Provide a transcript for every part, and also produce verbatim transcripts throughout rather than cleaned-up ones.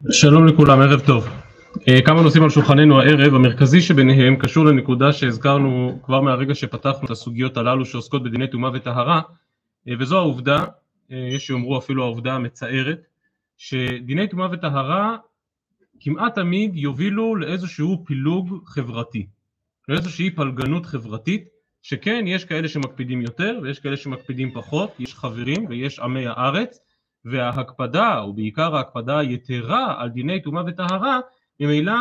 שלום לכולם, ערב טוב. כמה נושאים על שולחננו הערב. המרכזי שביניהם קשור לנקודה שהזכרנו כבר מהרגע שפתחנו את הסוגיות הללו שעוסקות בדיני טומאה וטהרה, וזו העובדה, יש שיאמרו אפילו העובדה המצערת, שדיני טומאה וטהרה כמעט תמיד יובילו לאיזשהו פילוג חברתי, לאיזושהי פלגנות חברתית, שכן יש כאלה שמקפידים יותר ויש כאלה שמקפידים פחות, יש חברים ויש עמי הארץ, וההקפדה, ובעיקר ההקפדה היתרה על דיני טומאה וטהרה, ממילא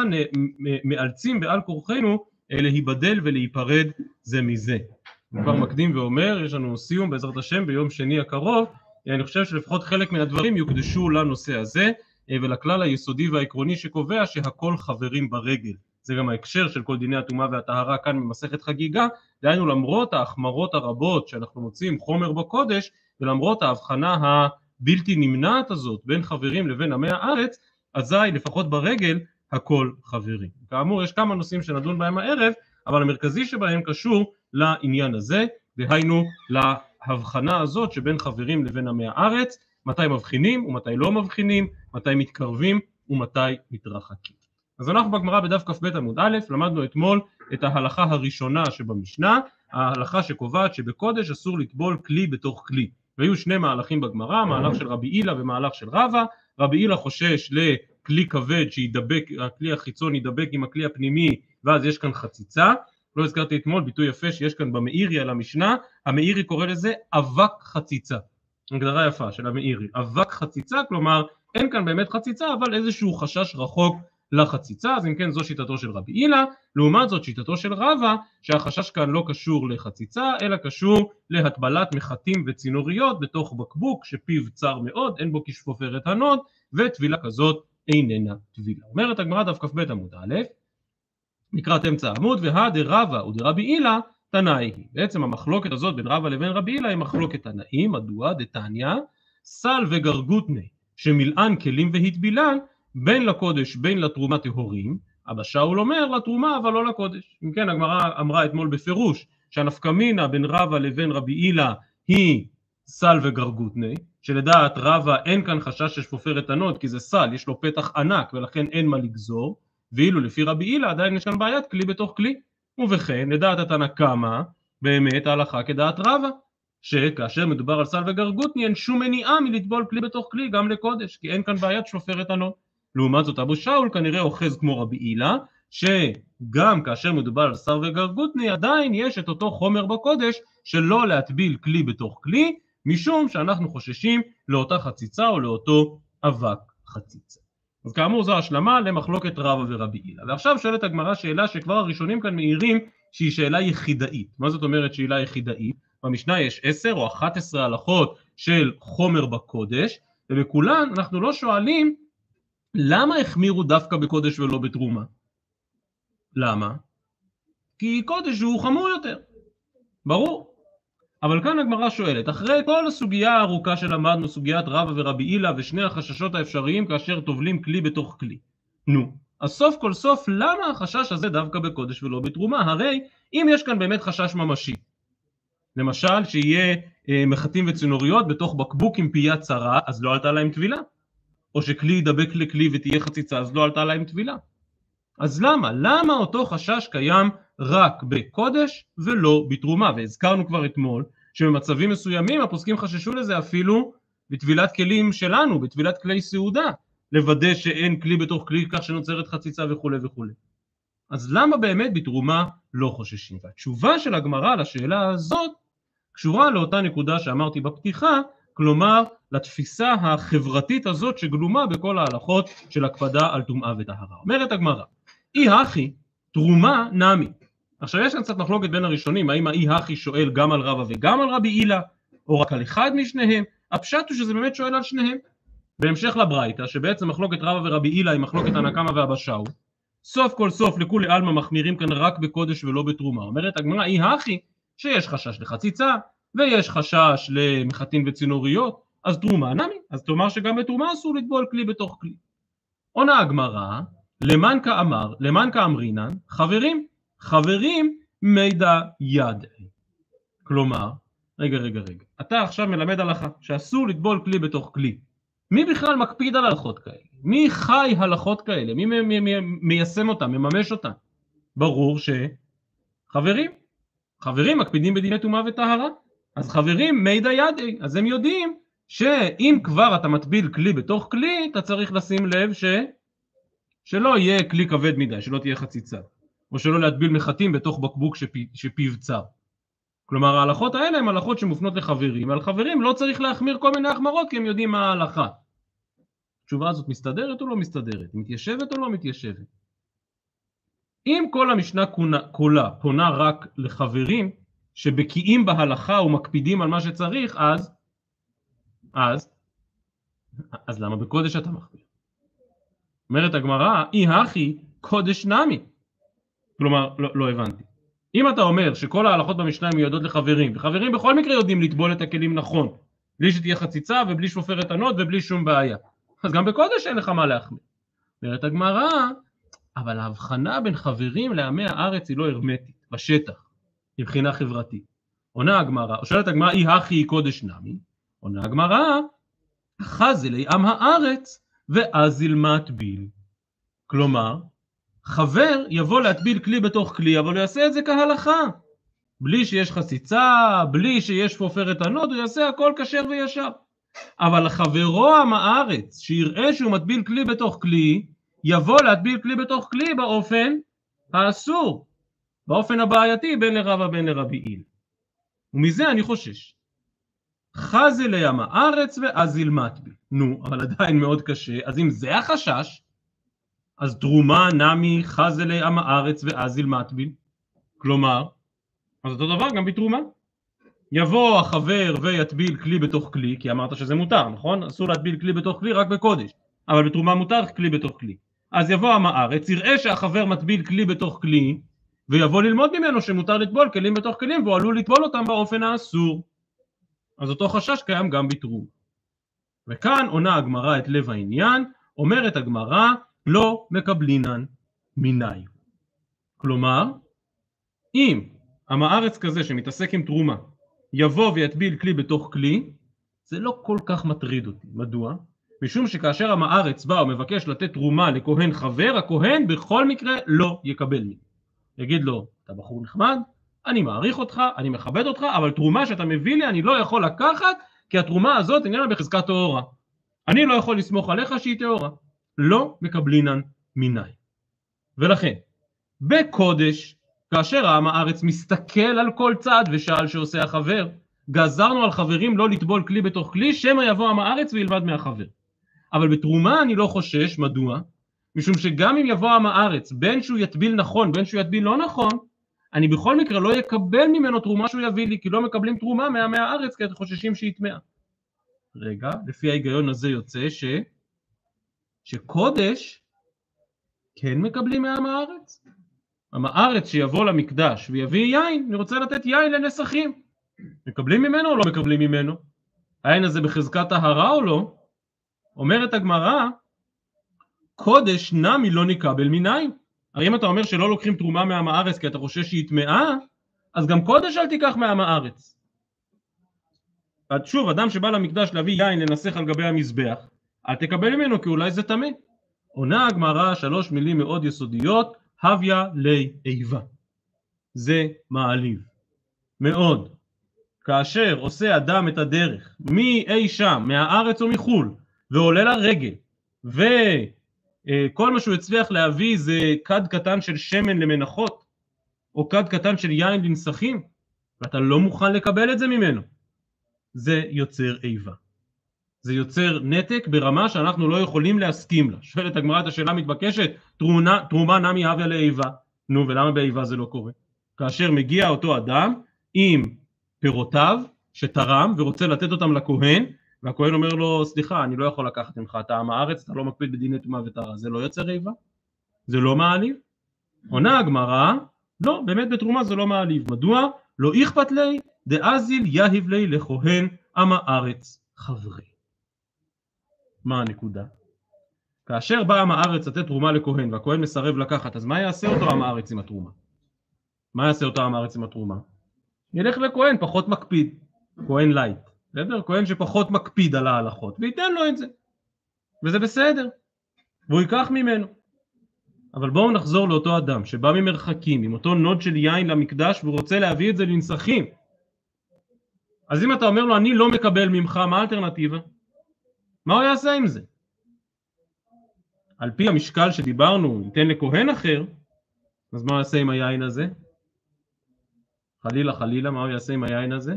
מאלצים בעל כורחנו להיבדל ולהיפרד זה מזה. אני כבר מקדים ואומר, יש לנו סיום בעזרת השם ביום שני הקרוב, אני חושב שלפחות חלק מן הדברים יוקדשו לנושא הזה, ולכלל היסודי והעקרוני שקובע שהכל חברים ברגל. זה גם ההקשר של כל דיני הטומאה והטהרה כאן במסכת חגיגה, דהיינו למרות ההחמרות הרבות שאנחנו מוצאים חומר בקודש, ולמרות ההבחנה ה... בלתי נמנעת הזאת בין חברים לבין עמי הארץ, אזי לפחות ברגל הכל חברים. כאמור יש כמה נושאים שנדון בהם הערב, אבל המרכזי שבהם קשור לעניין הזה, דהיינו להבחנה הזאת שבין חברים לבין עמי הארץ, מתי מבחינים ומתי לא מבחינים, מתי מתקרבים ומתי מתרחקים. אז אנחנו בגמרא בדף כ"ב עמוד א', למדנו אתמול את ההלכה הראשונה שבמשנה, ההלכה שקובעת שבקודש אסור לטבול כלי בתוך כלי. והיו שני מהלכים בגמרא, מהלך של רבי הילה ומהלך של רבא. רבי הילה חושש לכלי כבד שידבק, הכלי החיצון ידבק עם הכלי הפנימי, ואז יש כאן חציצה. לא הזכרתי אתמול ביטוי יפה שיש כאן במאירי על המשנה, המאירי קורא לזה אבק חציצה. הגדרה יפה של המאירי, אבק חציצה, כלומר אין כאן באמת חציצה, אבל איזשהו חשש רחוק לחציצה. אז אם כן זו שיטתו של רבי הילה, לעומת זאת שיטתו של רבא שהחשש כאן לא קשור לחציצה אלא קשור להטבלת מחטים וצינוריות בתוך בקבוק שפיו צר מאוד, אין בו כשפופרת הנוד, וטבילה כזאת איננה טבילה. אומרת הגמרא דף כ"ב עמוד א', לקראת אמצע העמוד, והא דרבא ודרבי הילה תנאי היא. בעצם המחלוקת הזאת בין רבא לבין רבי הילה היא מחלוקת תנאים. מדוע? דתניא סל וגרגותני שמילאן כלים והטבילן בין לקודש בין לתרומה טהורים. אבא שאול אומר לתרומה אבל לא לקודש. אם כן הגמרא אמרה אתמול בפירוש שהנפקא מינה בין רבא לבין רבי הילה היא סל וגרגותני, שלדעת רבא אין כאן חשש ששפופרת הנוד כי זה סל, יש לו פתח ענק ולכן אין מה לגזור, ואילו לפי רבי הילה עדיין יש כאן בעיית כלי בתוך כלי. ובכן לדעת התנא קמא באמת ההלכה כדעת רבא, שכאשר מדובר על סל וגרגותני אין שום מניעה מלטבול כלי בתוך כלי גם לקודש, כי אין כאן בעיית שפופרת הנוד. לעומת זאת אבו שאול כנראה אוחז כמו רבי הילה, שגם כאשר מדובר על סל וגרגותני עדיין יש את אותו חומר בקודש שלא להטביל כלי בתוך כלי, משום שאנחנו חוששים לאותה חציצה או לאותו אבק חציצה. אז כאמור זו השלמה למחלוקת רבא ורבי הילה. ועכשיו שואלת הגמרא שאלה שכבר הראשונים כאן מעירים שהיא שאלה יחידאית. מה זאת אומרת שאלה יחידאית? במשנה יש עשר או אחת עשרה הלכות של חומר בקודש, ובכולן אנחנו לא שואלים למה החמירו דווקא בקודש ולא בתרומה. למה? כי קודש הוא חמור יותר, ברור. אבל כאן הגמרא שואלת, אחרי כל הסוגיה הארוכה שלמדנו, סוגיית רבא ורבי הילה ושני החששות האפשריים כאשר טובלים כלי בתוך כלי, נו, אז סוף כל סוף למה החשש הזה דווקא בקודש ולא בתרומה? הרי אם יש כאן באמת חשש ממשי, למשל שיהיה אה, מחטים וצינוריות בתוך בקבוק עם פייה צרה, אז לא עלתה להם טבילה, או שכלי ידבק לכלי ותהיה חציצה, אז לא עלתה להם טבילה. אז למה? למה אותו חשש קיים רק בקודש ולא בתרומה? והזכרנו כבר אתמול שבמצבים מסוימים הפוסקים חששו לזה אפילו בטבילת כלים שלנו, בטבילת כלי סעודה, לוודא שאין כלי בתוך כלי כך שנוצרת חציצה וכו' וכו'. אז למה באמת בתרומה לא חוששים? והתשובה של הגמרא לשאלה הזאת קשורה לאותה נקודה שאמרתי בפתיחה, כלומר לתפיסה החברתית הזאת שגלומה בכל ההלכות של הקפדה על טומאה וטהרה. אומרת הגמרא, אי הכי תרומה נמי. עכשיו יש כאן קצת מחלוקת בין הראשונים, האם האי הכי שואל גם על רבא וגם על רבי הילה, או רק על אחד משניהם? הפשט הוא שזה באמת שואל על שניהם. בהמשך לברייתא, שבעצם מחלוקת רבא ורבי הילה היא מחלוקת תנא קמא ואבא שאול, סוף כל סוף לכולי עלמא מחמירים כאן רק בקודש ולא בתרומה. אומרת הגמרא, אי הכי שיש חשש לחציצה, ויש חשש למחטים וצינוריות, אז תרומה נמי, אז תאמר שגם בתרומה אסור לטבול כלי בתוך כלי. עונה הגמרא, למאן כאמר, למאן כאמרינן, חברים, חברים מידע יד. כלומר, רגע רגע רגע, אתה עכשיו מלמד הלכה שאסור לטבול כלי בתוך כלי, מי בכלל מקפיד על הלכות כאלה? מי חי הלכות כאלה? מי מ- מ- מ- מיישם אותן, מממש אותן? ברור שחברים, חברים מקפידים בדיני טומאה וטהרה, אז חברים מידא ידי, אז הם יודעים שאם כבר אתה מטביל כלי בתוך כלי, אתה צריך לשים לב ש... שלא יהיה כלי כבד מדי, שלא תהיה חציצה, או שלא להטביל מחטים בתוך בקבוק שפי... שפיו צר. כלומר ההלכות האלה הן הלכות שמופנות לחברים, ועל חברים לא צריך להחמיר כל מיני החמרות כי הם יודעים מה ההלכה. התשובה הזאת מסתדרת או לא מסתדרת? מתיישבת או לא מתיישבת? אם כל המשנה כולה פונה רק לחברים שבקיאים בהלכה ומקפידים על מה שצריך, אז אז אז למה בקודש אתה מחמיר? אומרת הגמרא, אי הכי קודש נמי. כלומר, לא, לא הבנתי. אם אתה אומר שכל ההלכות במשנה מיועדות לחברים, וחברים בכל מקרה יודעים לטבול את הכלים נכון, בלי שתהיה חציצה ובלי שופרת ענות ובלי שום בעיה, אז גם בקודש אין לך מה להחמיר. אומרת הגמרא, אבל ההבחנה בין חברים לעמי הארץ היא לא הרמטית, בשטח, מבחינה חברתית. עונה הגמרא, או שואלת הגמרא, אי הכי קודש נמי, עונה הגמרא, חזי לעם הארץ ואזיל מטביל. כלומר, חבר יבוא להטביל כלי בתוך כלי, אבל הוא יעשה את זה כהלכה. בלי שיש חציצה, בלי שיש פופרת ענות, הוא יעשה הכל כשר וישר. אבל חברו עם הארץ, שיראה שהוא מטביל כלי בתוך כלי, יבוא להטביל כלי בתוך כלי באופן האסור, באופן הבעייתי בין לרבא בין לרבי עיל. ומזה אני חושש. חזי לים הארץ ואזיל מטביל. נו, אבל עדיין מאוד קשה, אז אם זה החשש, אז תרומה נמי חזי לים הארץ ואזיל מטביל. כלומר, אז אותו דבר גם בתרומה. יבוא החבר ויטביל כלי בתוך כלי, כי אמרת שזה מותר, נכון? אסור להטביל כלי בתוך כלי רק בקודש, אבל בתרומה מותר כלי בתוך כלי. אז יבוא עם הארץ, יראה שהחבר מטביל כלי בתוך כלי, ויבוא ללמוד ממנו שמותר לטבול כלים בתוך כלים, והוא עלול לטבול אותם באופן האסור. אז אותו חשש קיים גם בתרומה. וכאן עונה הגמרא את לב העניין, אומרת הגמרא, לא מקבלינן מיני. כלומר, אם עם הארץ כזה שמתעסק עם תרומה, יבוא ויטביל כלי בתוך כלי, זה לא כל כך מטריד אותי. מדוע? משום שכאשר עם הארץ בא ומבקש לתת תרומה לכהן חבר, הכהן בכל מקרה לא יקבל ממנו. יגיד לו, אתה בחור נחמד, אני מעריך אותך, אני מכבד אותך, אבל תרומה שאתה מביא לי אני לא יכול לקחת, כי התרומה הזאת איננה בחזקת טהורה. אני לא יכול לסמוך עליך שהיא טהורה. לא מקבלינן מיני. ולכן, בקודש, כאשר העם הארץ מסתכל על כל צעד ושאל שעושה החבר, גזרנו על חברים לא לטבול כלי בתוך כלי, שמא יבוא עם הארץ וילמד מהחבר. אבל בתרומה אני לא חושש. מדוע? משום שגם אם יבוא עם הארץ, בין שהוא יטביל נכון, בין שהוא יטביל לא נכון, אני בכל מקרה לא יקבל ממנו תרומה שהוא יביא לי, כי לא מקבלים תרומה מעמי הארץ, כי אתם חוששים שהיא טמאה. רגע, לפי ההיגיון הזה יוצא ש... שקודש כן מקבלים מעם הארץ. עם הארץ שיבוא למקדש ויביא יין, אני רוצה לתת יין לנסחים. מקבלים ממנו או לא מקבלים ממנו? היין הזה בחזקת טהרה או לא? אומרת הגמרא, קודש נמי לא נקבל מיני. הרי אם אתה אומר שלא לוקחים תרומה מעם הארץ כי אתה חושש שהיא טמאה, אז גם קודש אל תיקח מעם הארץ. שוב, אדם שבא למקדש להביא יין לנסח על גבי המזבח, אל תקבל ממנו כי אולי זה טמא. עונה הגמרא שלוש מילים מאוד יסודיות, הוויה לי איבה. זה מעליב מאוד. כאשר עושה אדם את הדרך מאי שם, מהארץ או מחול, ועולה לרגל, וכל מה שהוא הצליח להביא זה כד קטן של שמן למנחות, או כד קטן של יין לנסחים, ואתה לא מוכן לקבל את זה ממנו, זה יוצר איבה. זה יוצר נתק ברמה שאנחנו לא יכולים להסכים לה. שואלת הגמרא את השאלה מתבקשת, תרומה, תרומה נמי הוויה לאיבה. נו, ולמה באיבה זה לא קורה? כאשר מגיע אותו אדם עם פירותיו שתרם ורוצה לתת אותם לכהן, והכהן אומר לו, סליחה, אני לא יכול לקחת ממך, אתה עם הארץ, אתה לא מקפיד בדיני טומאה וטהרה, זה לא יוצר איבה? זה לא מעליב? עונה הגמרא, לא, באמת בתרומה זה לא מעליב. מדוע? לא אכפת לי, דאזיל יהיב לי לכהן עם הארץ חברי. מה הנקודה? כאשר בא עם הארץ לתת תרומה לכהן והכהן מסרב לקחת, אז מה יעשה אותו עם הארץ עם התרומה? מה יעשה אותו עם הארץ עם התרומה? ילך לכהן פחות מקפיד, כהן לייט, בסדר? כהן שפחות מקפיד על ההלכות, וייתן לו את זה. וזה בסדר, והוא ייקח ממנו. אבל בואו נחזור לאותו אדם שבא ממרחקים, עם אותו נוד של יין למקדש, והוא רוצה להביא את זה לנסחים. אז אם אתה אומר לו, אני לא מקבל ממך, מה האלטרנטיבה? מה הוא יעשה עם זה? על פי המשקל שדיברנו, ניתן לכהן אחר, אז מה הוא יעשה עם היין הזה? חלילה חלילה, מה הוא יעשה עם היין הזה?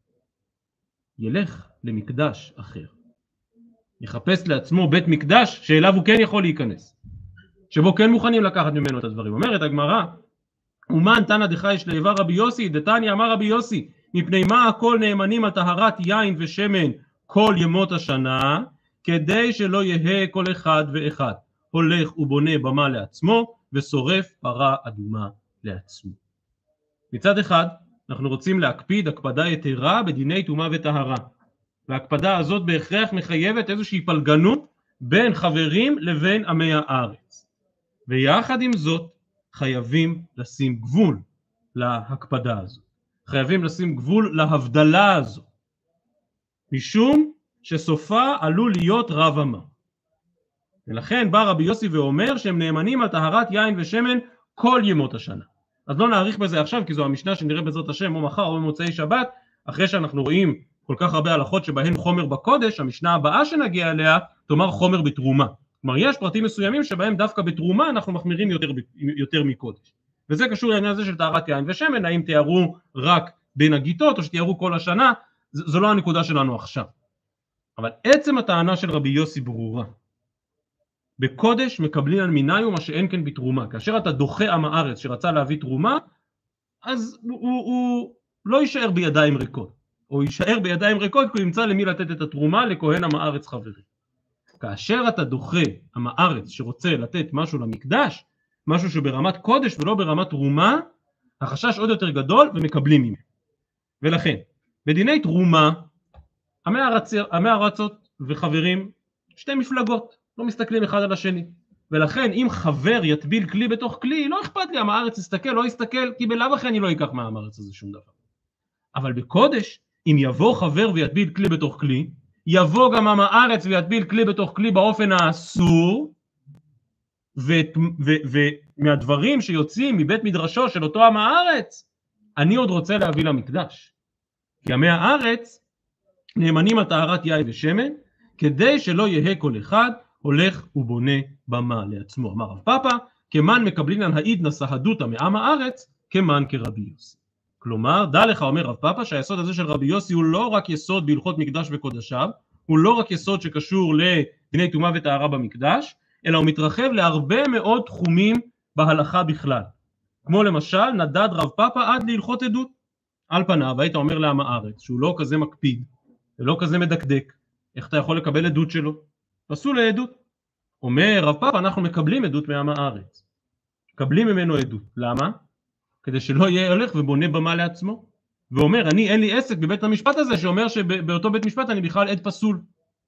ילך למקדש אחר. יחפש לעצמו בית מקדש שאליו הוא כן יכול להיכנס. שבו כן מוכנים לקחת ממנו את הדברים. אומרת הגמרא, אומן תנא דחייש לאיבר רבי יוסי, דתניא אמר רבי יוסי, מפני מה הכל נאמנים על טהרת יין ושמן כל ימות השנה, כדי שלא יהא כל אחד ואחד הולך ובונה במה לעצמו ושורף פרה אדומה לעצמו. מצד אחד אנחנו רוצים להקפיד הקפדה יתרה בדיני טומאה וטהרה, וההקפדה הזאת בהכרח מחייבת איזושהי פלגנות בין חברים לבין עמי הארץ, ויחד עם זאת חייבים לשים גבול להקפדה הזאת, חייבים לשים גבול להבדלה הזאת, משום שסופה עלול להיות רב עמה. ולכן בא רבי יוסי ואומר שהם נאמנים על טהרת יין ושמן כל ימות השנה. אז לא נאריך בזה עכשיו, כי זו המשנה שנראה בעזרת השם או מחר או במוצאי שבת, אחרי שאנחנו רואים כל כך הרבה הלכות שבהן חומר בקודש. המשנה הבאה שנגיע אליה תאמר חומר בתרומה. כלומר יש פרטים מסוימים שבהם דווקא בתרומה אנחנו מחמירים יותר, יותר מקודש, וזה קשור לעניין הזה של טהרת יין ושמן, האם תיארו רק בין הגיטות או שתיארו כל השנה. זו לא הנקודה שלנו עכשיו, אבל עצם הטענה של רבי יוסי ברורה. בקודש מקבלים על מיניו מה שאין כן בתרומה. כאשר אתה דוחה עם הארץ שרצה להביא תרומה, אז הוא, הוא, הוא לא יישאר בידיים ריקות, או יישאר בידיים ריקות כי הוא ימצא למי לתת את התרומה, לכהן עם הארץ חברי. כאשר אתה דוחה עם הארץ שרוצה לתת משהו למקדש, משהו שברמת קודש ולא ברמת תרומה, החשש עוד יותר גדול ומקבלים ממנו. ולכן בדיני תרומה עמי הארצ... עמי הארצות וחברים שתי מפלגות, לא מסתכלים אחד על השני, ולכן אם חבר יטביל כלי בתוך כלי, לא אכפת לי עם הארץ יסתכל לא יסתכל, כי בלאו הכי אני לא אקח מהארץ הזה שום דבר. אבל בקודש אם יבוא חבר ויטביל כלי בתוך כלי, יבוא גם עם הארץ ויטביל כלי בתוך כלי באופן האסור, ומהדברים שיוצאים מבית מדרשו של אותו עם הארץ אני עוד רוצה להביא למקדש, כי עמי הארץ נאמנים על טהרת יין ושמן, כדי שלא יהא כל אחד הולך ובונה במה לעצמו. אמר רב פאפא, כמן מקבלינן העידנא סהדותא מעם הארץ, כמן כרבי יוסי. כלומר, דע לך, אומר רב פאפא, שהיסוד הזה של רבי יוסי הוא לא רק יסוד בהלכות מקדש וקודשיו, הוא לא רק יסוד שקשור לדיני טומאה וטהרה במקדש, אלא הוא מתרחב להרבה מאוד תחומים בהלכה בכלל. כמו למשל, נדד רב פאפא עד להלכות עדות. על פניו היית אומר לעם הארץ שהוא לא כזה מקפיד ולא כזה מדקדק, איך אתה יכול לקבל עדות שלו? פסול לעדות. אומר רב פאפא, אנחנו מקבלים עדות מעם הארץ, מקבלים ממנו עדות. למה? כדי שלא יהיה הולך ובונה במה לעצמו, ואומר אני אין לי עסק בבית המשפט הזה שאומר שבאותו בית משפט אני בכלל עד פסול,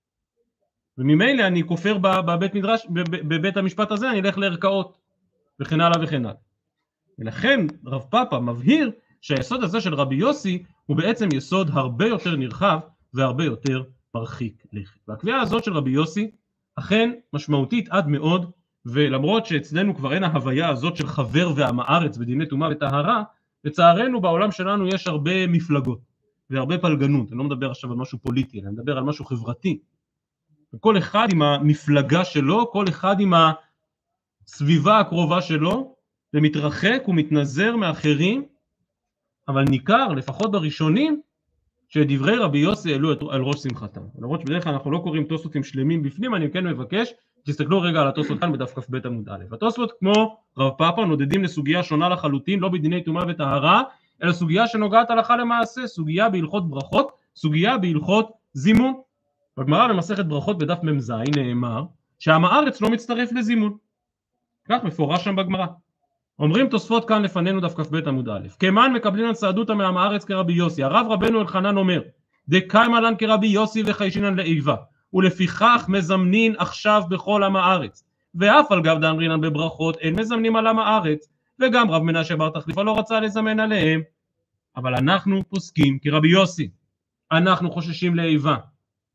וממילא אני כופר בבית מדרש, בבית המשפט הזה אני אלך לערכאות וכן הלאה וכן הלאה. ולכן רב פאפא מבהיר שהיסוד הזה של רבי יוסי הוא בעצם יסוד הרבה יותר נרחב והרבה יותר מרחיק לכת. והקביעה הזאת של רבי יוסי אכן משמעותית עד מאוד, ולמרות שאצלנו כבר אין ההוויה הזאת של חבר ועם הארץ בדיני טומאה וטהרה, לצערנו בעולם שלנו יש הרבה מפלגות והרבה פלגנות. אני לא מדבר עכשיו על משהו פוליטי, אני מדבר על משהו חברתי, וכל אחד עם המפלגה שלו, כל אחד עם הסביבה הקרובה שלו, ומתרחק ומתנזר מאחרים. אבל ניכר לפחות בראשונים שדברי רבי יוסי העלו על ראש שמחתם. למרות שבדרך כלל אנחנו לא קוראים תוספות שלמים בפנים, אני כן מבקש תסתכלו רגע על התוספות כאן בדף כ"ב עמוד א'. התוספות כמו רב פאפא נודדים לסוגיה שונה לחלוטין, לא בדיני טומאה וטהרה, אלא סוגיה שנוגעת הלכה למעשה, סוגיה בהלכות ברכות, סוגיה בהלכות זימון. בגמרא במסכת ברכות בדף מ"ז נאמר שעם הארץ לא מצטרף לזימון, כך מפורש שם בגמרא. אומרים תוספות כאן לפנינו דף כ"ב עמוד א', כמן מקבלינן סעדותא מעם הארץ כרבי יוסי. הרב רבנו אלחנן אומר דקיימא לן כרבי יוסי וחיישינן לאיבה, ולפיכך מזמנין עכשיו בכל עם הארץ, ואף על גב דאמרינן בברכות אין מזמנים על עם הארץ, וגם רב מנשה בר תחליפא לא רצה לזמן עליהם. אבל אנחנו פוסקים כרבי יוסי, אנחנו חוששים לאיבה,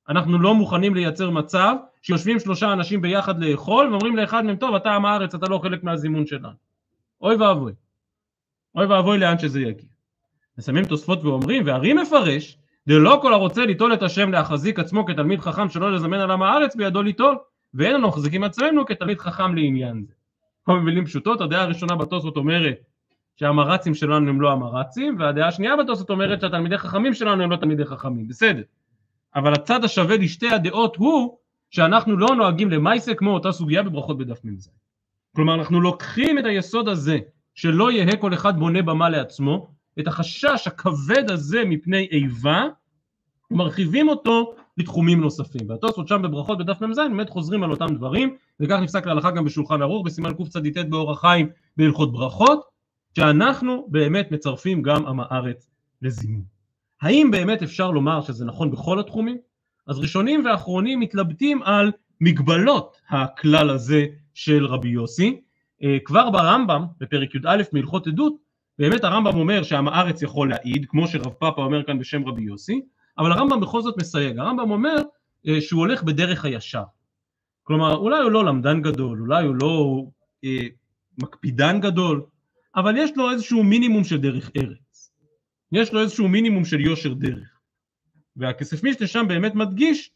אנחנו לא מוכנים לייצר מצב שיושבים שלושה אנשים ביחד לאכול ואומרים לאחד מהם, טוב, אתה עם הארץ, אתה לא חלק מהזימון שלנו. אוי ואבוי. אוי ואבוי לאן שזה יגיע. נסמים תוספות ואומרים, והרי מפרש, דלא כל הרוצה ליטול את השם להחזיק עצמו כתלמיד חכם שלא לזמן על עם הארץ בידו ליטול, ואין לנו מחזיקים עצמנו כתלמיד חכם לעניין זה. כל מילים פשוטות, הדעה הראשונה בתוספות אומרת שהמרצים שלנו הם לא המרצים, והדעה השנייה בתוספות אומרת שהתלמידי חכמים שלנו הם לא תלמידי חכמים, בסדר. אבל הצד השווה לשתי הדעות הוא שאנחנו לא נוהגים למעשה כמו אותה סוגיה בברכות בדף מ"ז. כלומר, אנחנו לוקחים את היסוד הזה שלא יהיה כל אחד בונה במה לעצמו, את החשש הכבד הזה מפני איבה, ומרחיבים אותו לתחומים נוספים. והתוספות שם בברכות בדף מ"ז באמת חוזרים על אותם דברים, וכך נפסק להלכה גם בשולחן ערוך בסימן קצ"ט באור החיים בהלכות ברכות, שאנחנו באמת מצרפים גם עם הארץ לזימון. האם באמת אפשר לומר שזה נכון בכל התחומים? אז ראשונים ואחרונים מתלבטים על מגבלות הכלל הזה של רבי יוסי. כבר ברמב"ם, בפרק י"א מהלכות עדות, באמת הרמב"ם אומר שעם הארץ יכול להעיד, כמו שרב פאפא אומר כאן בשם רבי יוסי, אבל הרמב"ם בכל זאת מסייג. הרמב"ם אומר שהוא הולך בדרך הישר. כלומר, אולי הוא לא למדן גדול, אולי הוא לא אה, מקפידן גדול, אבל יש לו איזשהו מינימום של דרך ארץ. יש לו איזשהו מינימום של יושר דרך. והכסף משנה שם באמת מדגיש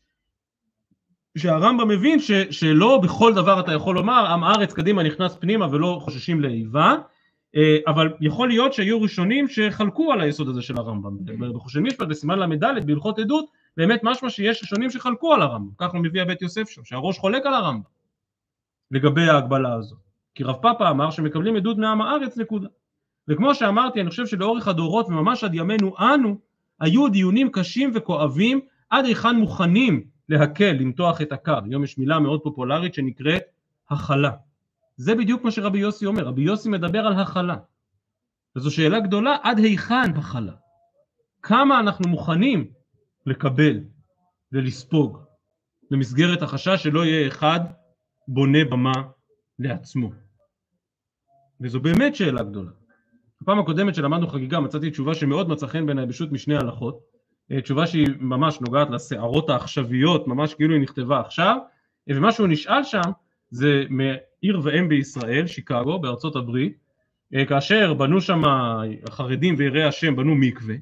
שהרמב"ם מבין ש, שלא בכל דבר אתה יכול לומר, עם הארץ קדימה נכנס פנימה ולא חוששים לאיבה, אבל יכול להיות שהיו ראשונים שחלקו על היסוד הזה של הרמב"ם. בחושן משפט בסימן למדלת בהלכות עדות, באמת משמע שיש ראשונים שחלקו על הרמב"ם. כך הוא מביא הבית יוסף שם, שהראש חולק על הרמב"ם לגבי ההגבלה הזאת. כי רב פאפא אמר שמקבלים עדות מעם הארץ נקודה. וכמו שאמרתי, אני חושב שלאורך הדורות וממש עד ימינו אנו, היו דיונים קשים וכואבים עד היכן מוכנים להקל, למתוח את הקר. היום יש מילה מאוד פופולרית שנקראת הכלה. זה בדיוק מה שרבי יוסי אומר. רבי יוסי מדבר על הכלה. וזו שאלה גדולה, עד היכן הכלה? כמה אנחנו מוכנים לקבל ולספוג במסגרת החשש שלא יהיה אחד בונה במה לעצמו. וזו באמת שאלה גדולה. בפעם הקודמת שלמדנו חגיגה מצאתי תשובה שמאוד מצא חן בעיניי בשו"ת משני הלכות, תשובה שהיא ממש נוגעת לשערות העכשוויות, ממש כאילו היא נכתבה עכשיו, ומה שהוא נשאל שם זה מעיר ואם בישראל, שיקגו, בארצות הברית, כאשר בנו שם החרדים ויראי השם בנו מקווה,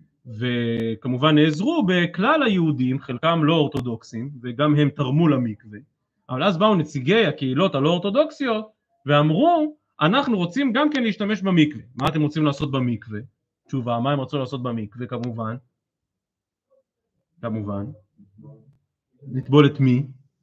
וכמובן נעזרו בכלל היהודים, חלקם לא אורתודוקסים, וגם הם תרמו למקווה, אבל אז באו נציגי הקהילות הלא אורתודוקסיות, ואמרו, אנחנו רוצים גם כן להשתמש במקווה. מה אתם רוצים לעשות במקווה? תשובה, מה הם רצו לעשות במקווה? כמובן, כמובן, לטבול את מי?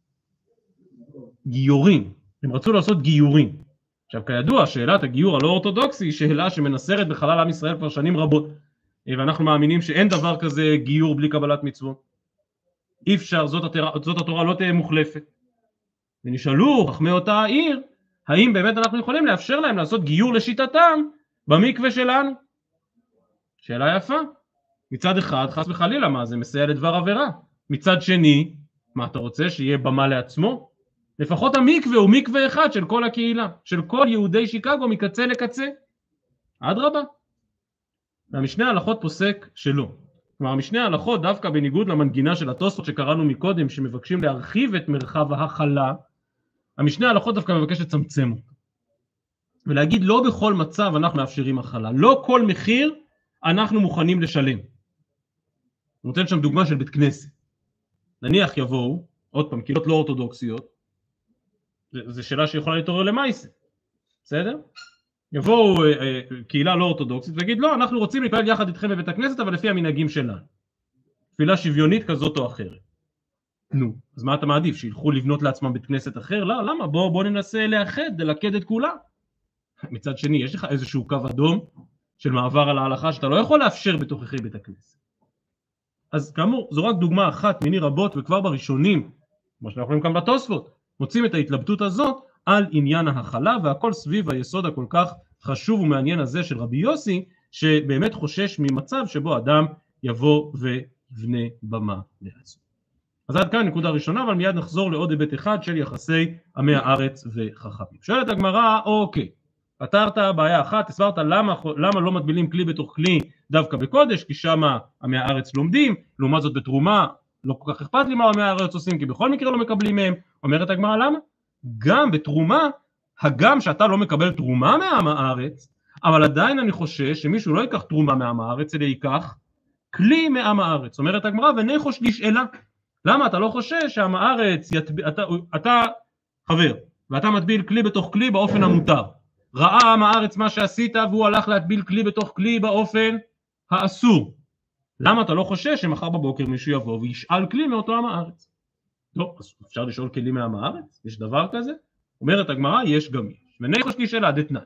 גיורים. הם רצו לעשות גיורים. עכשיו, כידוע, שאלת הגיור הלא אורתודוקסי היא שאלה שמנסרת בחלל עם ישראל כבר שנים רבות, ואנחנו מאמינים שאין דבר כזה גיור בלי קבלת מצוות. אי אפשר, זאת התורה, זאת התורה לא תהיה מוחלפת. ונשאלו חכמי אותה העיר, האם באמת אנחנו יכולים לאפשר להם לעשות גיור לשיטתם במקווה שלנו? שאלה יפה. מצד אחד, חס וחלילה, מה זה מסייע לדבר עבירה? מצד שני, מה אתה רוצה שיהיה במה לעצמו? לפחות המקווה הוא מקווה אחד של כל הקהילה, של כל יהודי שיקגו מקצה לקצה. אדרבה. והמשנה ההלכות פוסק שלא. כלומר, המשנה ההלכות דווקא בניגוד למנגינה של התוספות שקראנו מקודם, שמבקשים להרחיב את מרחב ההכלה, המשנה ההלכות דווקא מבקש לצמצם אותו. ולהגיד לא בכל מצב אנחנו מאפשרים הכלה, לא כל מחיר אנחנו מוכנים לשלם. אני נותן שם דוגמה של בית כנסת. נניח יבואו, עוד פעם, קהילות לא אורתודוקסיות, זו שאלה שיכולה להתעורר למעשה, בסדר? יבואו אה, אה, קהילה לא אורתודוקסית ויגיד לא, אנחנו רוצים להתפלל יחד איתכם בבית הכנסת, אבל לפי המנהגים שלנו. תפילה שוויונית כזאת או אחרת. נו, אז מה אתה מעדיף? שילכו לבנות לעצמם בית כנסת אחר? לא, למה? בוא, בוא ננסה לאחד, ללכד את כולם. מצד שני, יש לך איזשהו קו אדום של מעבר על ההלכה שאתה לא יכול לאפשר בתוככי בית הכנסת. אז כאמור, זו רק דוגמה אחת מיני רבות, וכבר בראשונים, כמו שאנחנו יכולים כאן בתוספות, מוצאים את ההתלבטות הזאת על עניין ההכלה, והכל סביב היסוד הכל כך חשוב ומעניין הזה של רבי יוסי, שבאמת חושש ממצב שבו אדם יבוא ויבנה במה לעצמו. אז עד כאן נקודה ראשונה, אבל מיד נחזור לעוד היבט אחד של יחסי עמי הארץ וחכמים. שואלת הגמרא, אוקיי, פתרת בעיה אחת, הסברת למה, למה לא מטבילים כלי בתוך כלי דווקא בקודש, כי שם עמי הארץ לומדים, לעומת זאת בתרומה לא כל כך אכפת לי מה עמי הארץ עושים, כי בכל מקרה לא מקבלים מהם. אומרת הגמרא, למה? גם בתרומה, הגם שאתה לא מקבל תרומה מעם הארץ, אבל עדיין אני חושש שמישהו לא ייקח תרומה מעם הארץ, אלא ייקח כלי מעם הארץ. אומרת הגמרא, וניחוש לשאלה. למה אתה לא חושש שעם הארץ, יטב... אתה, אתה חבר, ואתה מטביל כלי בתוך כלי באופן המותר. ראה עם הארץ מה שעשית, והוא הלך להטביל כלי בתוך כלי באופן האסור. למה אתה לא חושש שמחר בבוקר מישהו יבוא וישאל כלי מאותו עם הארץ? לא, אז אפשר לשאול כלי מעם הארץ? יש דבר כזה? אומרת הגמרא, יש גם יש. וניחוש לשאלה דתנן.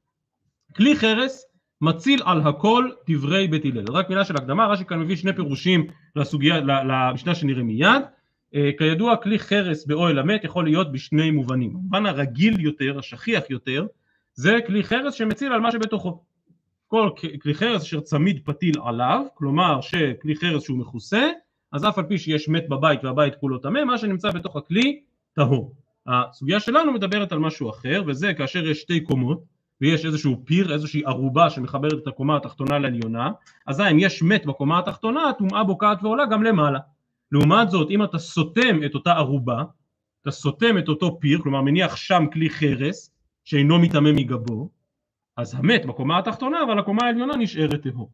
כלי חרס מציל על הכל דברי בית הלל. רק מילה של הקדמה, רש"י כאן מביא שני פירושים לסוגיה, למשנה שנראה מיד. כידוע, כלי חרס באוהל המת יכול להיות בשני מובנים. המובן הרגיל יותר, השכיח יותר, זה כלי חרס שמציל על מה שבתוכו. כל כלי חרס אשר צמיד פתיל עליו, כלומר שכלי חרס שהוא מכוסה, אז אף על פי שיש מת בבית והבית כולו טמא, מה שנמצא בתוך הכלי טהור. הסוגיה שלנו מדברת על משהו אחר, וזה כאשר יש שתי קומות, ויש איזשהו פיר, איזושהי ערובה שמחברת את הקומה התחתונה לעליונה, אז אם יש מת בקומה התחתונה, הטומאה בוקעת ועולה גם למעלה. לעומת זאת, אם אתה סותם את אותה ערובה, אתה סותם את אותו פיר, כלומר מניח שם כלי חרס, שאינו מתאמם מגבו, אז המת בקומה התחתונה, אבל הקומה העליונה נשארת טהור.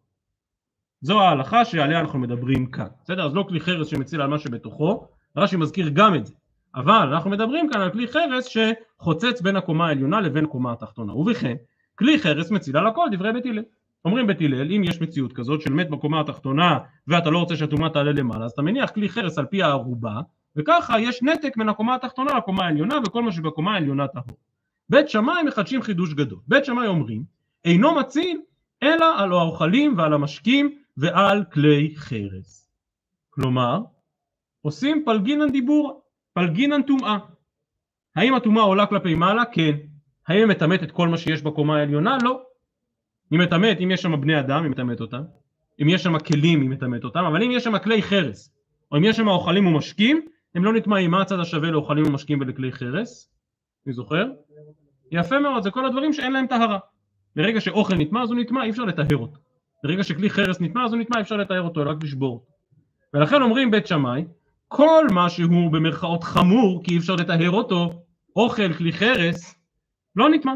זו ההלכה שעליה אנחנו מדברים כאן. בסדר? אז לא כלי חרס שמציל על מה שבתוכו, רש"י מזכיר גם את זה. אבל אנחנו מדברים כאן על כלי חרס שחוצץ בין הקומה העליונה לבין קומה התחתונה. ובכן, כלי חרס מציל על הכל, דברי בית הלל. אומרים בית הלל, אם יש מציאות כזאת של מת בקומה התחתונה ואתה לא רוצה שהטומאה תעלה למעלה, אז אתה מניח כלי חרס על פי הערובה, וככה יש נתק בין הקומה התחתונה לקומה העליונה, וכל מה שבקומה העליונה טהור. בית שמאי מחדשים חידוש גדול. בית שמאי אומרים, אינו מציל אלא על האוכלים ועל המשקים ועל כלי חרס. כלומר, עושים פלגינן דיבור, פלגינן טומאה. האם הטומאה עולה כלפי מעלה? כן. האם היא מטמאת את כל מה שיש בקומה העליונה? לא. היא מטמאת, אם יש שם בני אדם, היא מטמאת אותם. אם יש שם כלים, היא מטמאת אותם. אבל אם יש שם כלי חרס, או אם יש שם אוכלים ומשקים, הם לא נטמאים. מה הצד השווה לאוכלים ומשקים ולכלי חרס? אני זוכר? יפה מאוד, זה כל הדברים שאין להם טהרה. ברגע שאוכל נטמא, אז הוא נטמא, אי אפשר לטהר אותו. ברגע שכלי חרס נטמא, אז הוא נטמא, אי אפשר לטהר אותו, רק לשבור אותו. ולכן אומרים בית שמאי, כל מה שהוא במרכאות חמור, כי אי אפשר לטהר אותו, אוכל, כלי חרס, לא נטמא.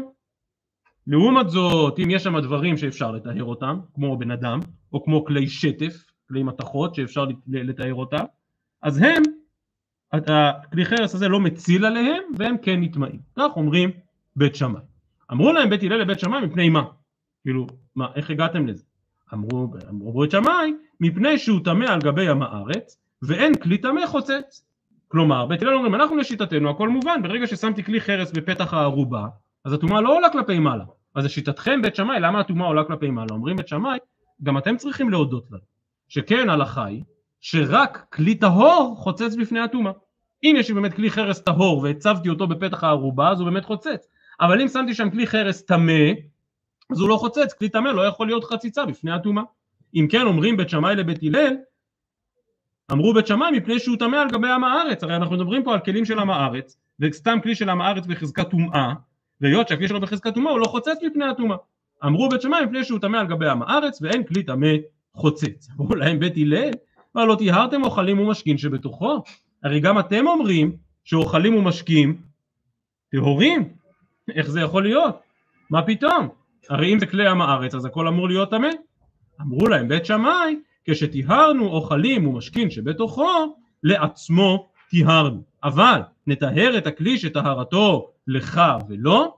לעומת זאת, אם יש שם דברים שאפשר לטהר אותם, כמו בן אדם, או כמו כלי שטף, כלי מתכות שאפשר לטהר אותם, אז הם, הכלי חרס הזה לא מציל עליהם, והם כן נטמאים. כך אומרים בית שמאי. אמרו להם בית הלל לבית שמאי מפני מה? כאילו, מה, איך הגעתם לזה? אמרו, אמרו בית שמאי, מפני שהוא טמא על גבי עם הארץ, ואין כלי טמא חוצץ. כלומר, בית הלל אומרים, אנחנו לשיטתנו, הכל מובן, ברגע ששמתי כלי חרס בפתח הערובה, אז הטומאה לא עולה כלפי מעלה. אז לשיטתכם בית שמאי, למה הטומאה עולה כלפי מעלה? אומרים בית שמאי, גם אתם צריכים להודות לנו, שכן הלכה היא, שרק כלי טהור חוצץ בפני הטומאה. אם יש לי באמת כלי חרס טהור והצבתי אותו בפתח הערובה, אז הוא באמת חוצץ. אבל אם שמתי שם כלי חרס טמא, אז הוא לא חוצץ, כלי טמא לא יכול להיות חציצה בפני הטומאה. אם כן אומרים בית שמאי לבית הלל, אמרו בית שמאי מפני שהוא טמא על גבי עם הארץ, הרי אנחנו מדברים פה על כלים של עם הארץ, וסתם כלי של עם הארץ בחזקת טומאה, והיות שהכלי שלו בחזקת טומאה הוא לא חוצץ בפני הטומאה. אמרו בית שמאי מפני שהוא טמא על גבי עם הארץ ואין כלי טמא חוצץ. אמרו להם בית הלל, אבל לא טיהרתם אוכלים ומשקים שבתוכו? הרי גם אתם אומרים שאוכלים ומשקים טהורים. איך זה יכול להיות? מה פתאום? הרי אם זה כלי עם הארץ אז הכל אמור להיות טמא. אמרו להם בית שמאי, כשטיהרנו אוכלים ומשקים שבתוכו, לעצמו טיהרנו. אבל נטהר את הכלי שטהרתו לך ולא.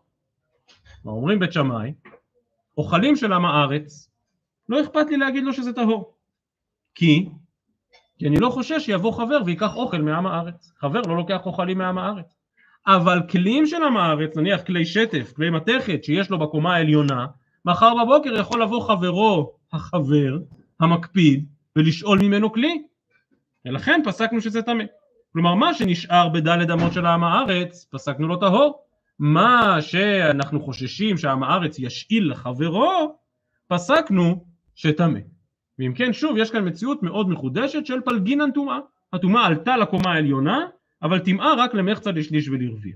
מה אומרים בית שמאי? אוכלים של עם הארץ, לא אכפת לי להגיד לו שזה טהור. כי, כי אני לא חושש שיבוא חבר ויקח אוכל מעם הארץ. חבר לא לוקח אוכלים מעם הארץ. אבל כלים של עם הארץ, נניח כלי שטף, כלי מתכת שיש לו בקומה העליונה, מחר בבוקר יכול לבוא חברו החבר, המקפיד, ולשאול ממנו כלי. ולכן פסקנו שזה טמא. כלומר, מה שנשאר בדלת אמות של עם הארץ, פסקנו לו טהור. מה שאנחנו חוששים שעם הארץ ישאיל לחברו, פסקנו שטמא. ואם כן, שוב, יש כאן מציאות מאוד מחודשת של פלגינן טומאה. הטומאה עלתה לקומה העליונה, אבל טמאה רק למחצה לשליש ולרביע.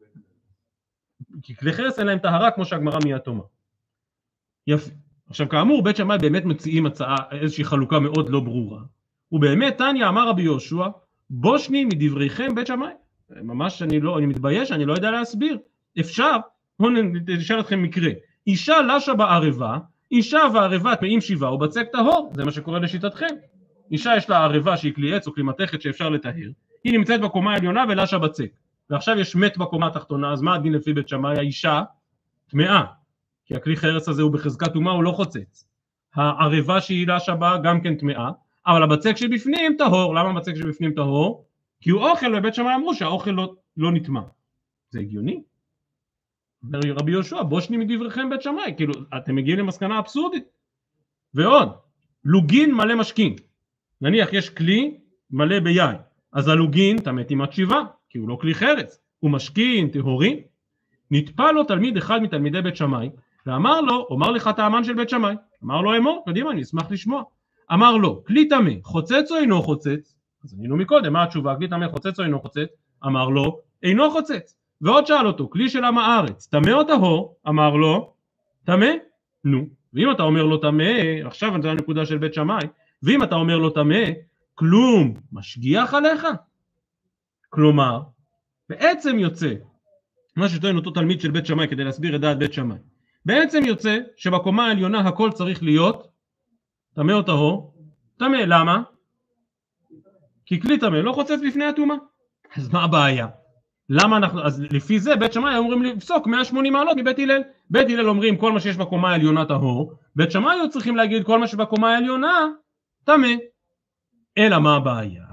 כי כלי חרס אין להם טהרה כמו שהגמרא מיד תאמר. יפה. עכשיו כאמור, בית שמאי באמת מציעים הצעה, איזושהי חלוקה מאוד לא ברורה. ובאמת תניא אמר רבי יהושע, בושני מדבריכם בית שמאי. ממש אני לא, אני מתבייש, אני לא יודע להסביר. אפשר, בואו נשאל אתכם מקרה. אישה לשה בערבה, אישה והערבה טמאים שבעה ובצק טהור, זה מה שקורה לשיטתכם. אישה יש לה ערבה שהיא כלי עץ או כלי מתכת שאפשר לטהר, היא נמצאת בקומה העליונה ולשה בצק, ועכשיו יש מת בקומה התחתונה, אז מה הדין לפי בית שמאי? האישה טמאה, כי הכלי חרס הזה הוא בחזקת טומאה, הוא לא חוצץ. הערבה שהיא לשה בה גם כן טמאה, אבל הבצק שבפנים טהור. למה הבצק שבפנים טהור? כי הוא אוכל, ובית שמאי אמרו שהאוכל לא, לא נטמא. זה הגיוני? רבי יהושע, בושני מדבריכם בית שמאי, כאילו אתם מגיעים למסקנה אבסורדית. ועוד, לוגין מלא משכין, נניח יש כלי מלא ביין, אז הלוגין טמא טמאת שבעה, כי הוא לא כלי חרס, הוא משכין טהורי. נטפל לו תלמיד אחד מתלמידי בית שמאי, ואמר לו, אומר לך טעמן של בית שמאי, אמר לו אמור, קדימה אני אשמח לשמוע. אמר לו, כלי טמא חוצץ או אינו חוצץ? אז ענינו מקודם, מה התשובה? כלי טמא חוצץ או אינו חוצץ? אמר לו, אינו חוצץ. ועוד שאל אותו, כלי של עם הארץ, טמא או טהור? אמר לו, טמא. נו, ואם אתה אומר לו טמא, עכשיו זה הנקודה של בית שמאי, ואם אתה אומר לו טמא, כלום משגיח עליך? כלומר, בעצם יוצא, מה שטוען אותו תלמיד של בית שמאי כדי להסביר את דעת בית שמאי, בעצם יוצא שבקומה העליונה הכל צריך להיות טמא או טהור. טמא, למה? כי כלי טמא לא חוצץ לפני הטומאה. אז מה הבעיה? למה אנחנו, אז לפי זה בית שמאי אומרים לפסוק מאה ושמונים מעלות מבית הלל. בית הלל אומרים כל מה שיש בקומה העליונה טהור, בית שמאי היו צריכים להגיד כל מה שבקומה העליונה טמא. אלא מה הבעיה?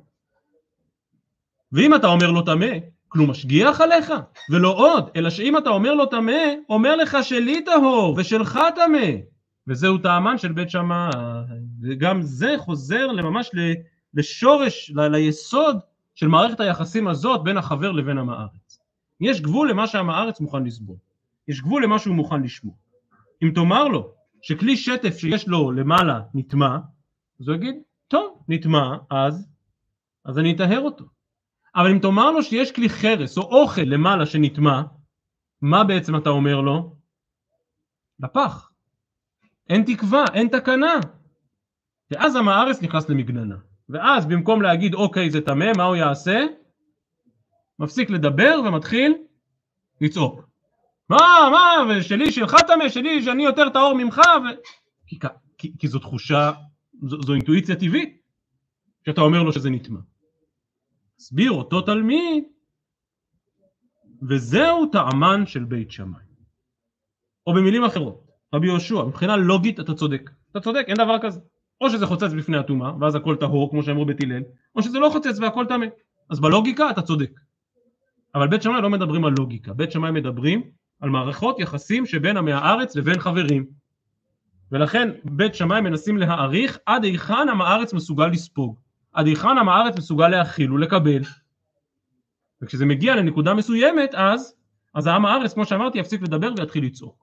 ואם אתה אומר לו טמא, כלום משגיח עליך, ולא עוד, אלא שאם אתה אומר לו טמא, אומר לך שלי טהור ושלך טמא, וזהו טעמן של בית שמאי. וגם זה חוזר לממש לשורש, ל- ליסוד של מערכת היחסים הזאת בין החבר לבין עם הארץ. יש גבול למה שעם הארץ מוכן לסבול, יש גבול למה שהוא מוכן לשמוע. אם תאמר לו שכלי שטף שיש לו למעלה נטמא, אז הוא יגיד, טוב, נטמא, אז, אז אני אטהר אותו. אבל אם תאמר לו שיש כלי חרס או אוכל למעלה שנטמא, מה בעצם אתה אומר לו? לפח. אין תקווה, אין תקנה. ואז עם הארץ נכנס למגננה. ואז במקום להגיד אוקיי זה טמא, מה הוא יעשה? מפסיק לדבר ומתחיל לצעוק. מה, מה, ושלי שלך טמא, שלי שאני יותר טהור ממך, ו... כי, כי, כי זו תחושה, זו, זו אינטואיציה טבעית, שאתה אומר לו שזה נטמא. הסביר אותו תלמיד, וזהו טעמן של בית שמאי. או במילים אחרות, רבי יהושע, מבחינה לוגית אתה צודק. אתה צודק, אין דבר כזה. או שזה חוצץ בפני הטומאה, ואז הכל טהור, כמו שאמרו בית הלל, או שזה לא חוצץ והכל טמא. אז בלוגיקה אתה צודק. אבל בית שמאי לא מדברים על לוגיקה, בית שמאי מדברים על מערכות יחסים שבין עמי הארץ לבין חברים. ולכן בית שמאי מנסים להעריך עד היכן עם הארץ מסוגל לספוג, עד היכן עם הארץ מסוגל להכיל ולקבל. וכשזה מגיע לנקודה מסוימת, אז, אז העם הארץ, כמו שאמרתי, יפסיק לדבר ויתחיל לצעוק.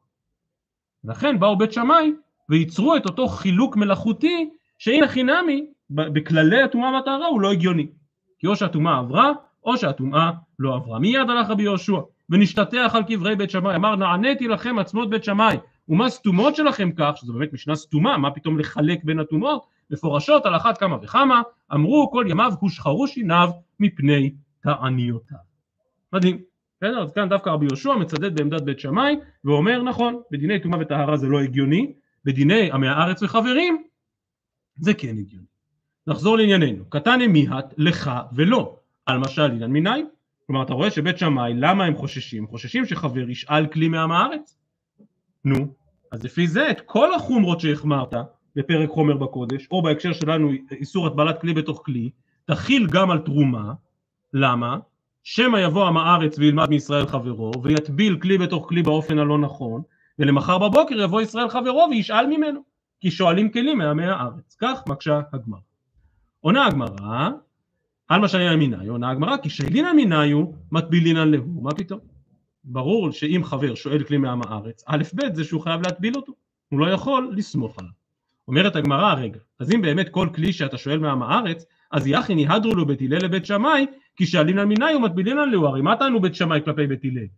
לכן באו בית שמאי וייצרו את אותו חילוק מלאכותי, שהנה חינמי, בכללי הטומאה והטהרה הוא לא הגיוני. כי או שהטומאה עברה, או שהטומאה לא עברה. מיד הלך רבי יהושע, ונשתטח על קברי בית שמאי, אמר נעניתי לכם עצמות בית שמאי, ומה סתומות שלכם כך, שזו באמת משנה סתומה, מה פתאום לחלק בין הטומאות, מפורשות על אחת כמה וכמה, אמרו כל ימיו הושחרו שיניו מפני תעניותיו. מדהים. בסדר? אז כאן דווקא רבי יהושע מצדד בעמדת בית שמאי, ואומר נכון, בדיני טומאה וטהרה זה לא הגיוני, בדיני עמי הארץ וחברים, זה כן הגיוני. נחזור לענייננו, קטן מיהת לך ולא, על משל עניין מיני, כלומר אתה רואה שבית שמאי, למה הם חוששים? הם חוששים שחבר ישאל כלי מעם הארץ. נו, אז לפי זה את כל החומרות שהחמרת בפרק חומר בקודש, או בהקשר שלנו איסור הטבלת כלי בתוך כלי, תכיל גם על תרומה. למה? שמא יבוא עם הארץ וילמד מישראל חברו, ויטביל כלי בתוך כלי באופן הלא נכון, ולמחר בבוקר יבוא ישראל חברו וישאל ממנו, כי שואלים כלים מעמי הארץ. כך מקשה הגמרא. עונה הגמרא, על מה שאני אמיניו, עונה הגמרא, כי שאלין אמיניו מטבילינן להו. מה פתאום? ברור שאם חבר שואל כלי מעם הארץ, א' ב' זה שהוא חייב להטביל אותו, הוא לא יכול לסמוך עליו. אומרת הגמרא, רגע, אז אם באמת כל כלי שאתה שואל מעם הארץ, אז יחי יהדרו לו בית הלל לבית שמאי, כי שאלין אמיניו מטבילינן להו. הרי מה טענו בית שמאי כלפי בית הלל?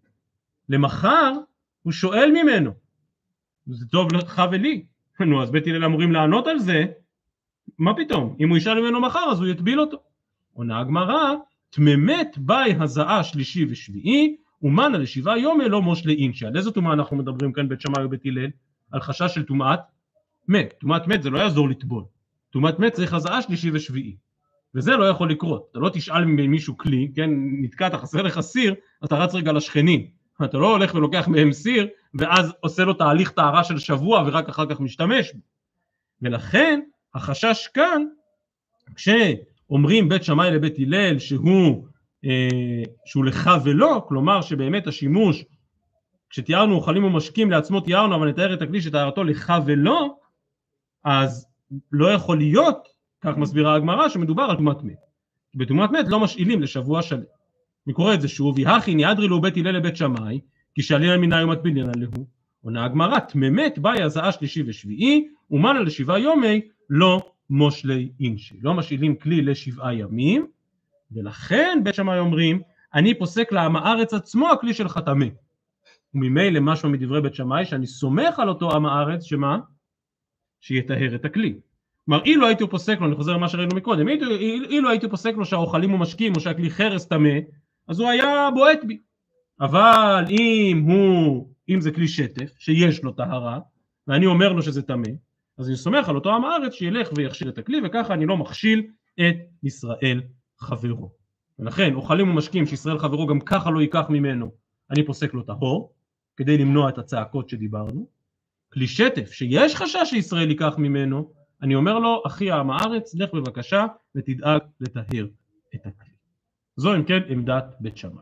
למחר הוא שואל ממנו, זה טוב לך ולי. נו, אז בית הלל אמורים לענות על זה, מה פתאום? אם הוא ישאל ממנו מחר אז הוא יטביל אותו. עונה הגמרא, תממת באי הזעה שלישי ושביעי, ומנה לשבעה יומי לא מושלי אינשי. על איזו טומאה אנחנו מדברים כאן בית שמאי ובית הלל? על חשש של טומאת מת. טומאת מת זה לא יעזור לטבול. טומאת מת צריך הזעה שלישי ושביעי. וזה לא יכול לקרות. אתה לא תשאל ממישהו כלי, כן, נתקעת, חסר לך סיר, אתה רץ רגע לשכנים. אתה לא הולך ולוקח מהם סיר, ואז עושה לו תהליך טהרה של שבוע, ורק אחר כך משתמש בו. ולכן, החשש כאן, כשאומרים בית שמאי לבית הלל, שהוא, אה, שהוא לך ולא, כלומר שבאמת השימוש, כשתיארנו אוכלים ומשקים לעצמו תיארנו, אבל נתאר את הכלי שתארתו לך ולא, אז לא יכול להיות, כך מסבירה הגמרא, שמדובר על טומאת מת. בטומאת מת לא משאילים לשבוע שלם. אני קורא את זה שוב, ויהכי ניאדרי לו בית הלל לבית שמאי, כי שאלין על מינה יום מטבילין עליהו. עונה הגמרא, תממת באי הזעה שלישי ושביעי, ומנה לשבעה יומי לא מושלי אינשי. לא משאילים כלי לשבעה ימים, ולכן בית שמאי אומרים, אני פוסק לעם הארץ עצמו הכלי של חתמה. וממילא משהו מדברי בית שמאי, שאני סומך על אותו עם הארץ, שמה? שיטהר את הכלי. כלומר, אילו הייתי פוסק לו, אני חוזר למה שראינו מקודם, אילו, אילו הייתי פוסק לו שהאוכלים ומשקים, או שהכלי חרס טמא, אז הוא היה בועט בי. אבל אם הוא, אם זה כלי שטף, שיש לו טהרה, ואני אומר לו שזה טמא, אז אני סומך על אותו עם הארץ שילך ויכשיל את הכלי, וככה אני לא מכשיל את ישראל חברו. ולכן, אוכלים ומשקים שישראל חברו גם ככה לא ייקח ממנו, אני פוסק לו טהור, כדי למנוע את הצעקות שדיברנו. כלי שטף, שיש חשש שישראל ייקח ממנו, אני אומר לו, אחי העם הארץ, לך בבקשה ותדאג לטהר את הכלי. זו אם כן עמדת בית שמאי.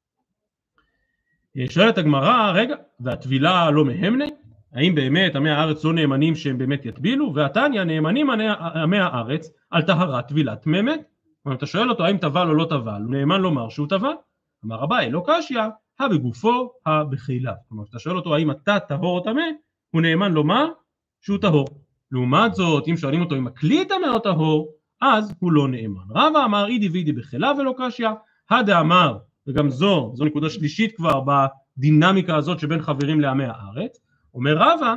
שואלת הגמרא, רגע, והטבילה לא מהמנה? האם באמת עמי הארץ לא נאמנים שהם באמת יטבילו? והתניא נאמנים עמי הארץ על טהרת טבילת ממת? אם אתה שואל אותו האם טבל או לא טבל, הוא נאמן לומר שהוא טבל. אמר אביי, לא קשיא, הא בגופו, הא בחיליו. כלומר, אתה שואל אותו האם אתה טהור או טמא, הוא נאמן לומר שהוא טהור. לעומת זאת, אם שואלים אותו אם הכלי טמא או טהור, אז הוא לא נאמן. רבא אמר אידי ואידי בחיליו ולא קשיא, הא אמר, וגם זו, זו נקודה שלישית כבר בדינמיקה הזאת שבין חברים לעמי הארץ, אומר רבא,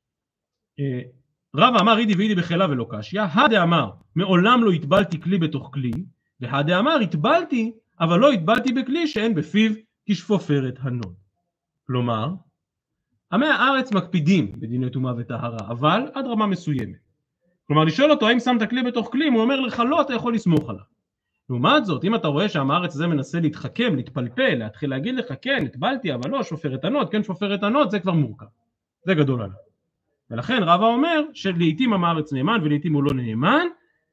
רבא אמר אידי ואידי בחיליו ולא קשיא, הא אמר, מעולם לא הטבלתי כלי בתוך כלי, והא אמר הטבלתי, אבל לא הטבלתי בכלי שאין בפיו כשפופרת הנוד. כלומר, עמי הארץ מקפידים בדיני טומאה וטהרה, אבל עד רמה מסוימת. כלומר, לשאול אותו האם שמת כלי בתוך כלי, הוא אומר לך לא, אתה יכול לסמוך עליו. לעומת זאת, אם אתה רואה שעם הארץ הזה מנסה להתחכם, להתפלפל, להתחיל להגיד לך כן, הטבלתי, אבל לא, שופרת הנוד, כן, שופרת הנוד, זה כבר מורכב. זה גדול עליו. ולכן רבא אומר שלעיתים עם הארץ נאמן ולעיתים הוא לא נאמן,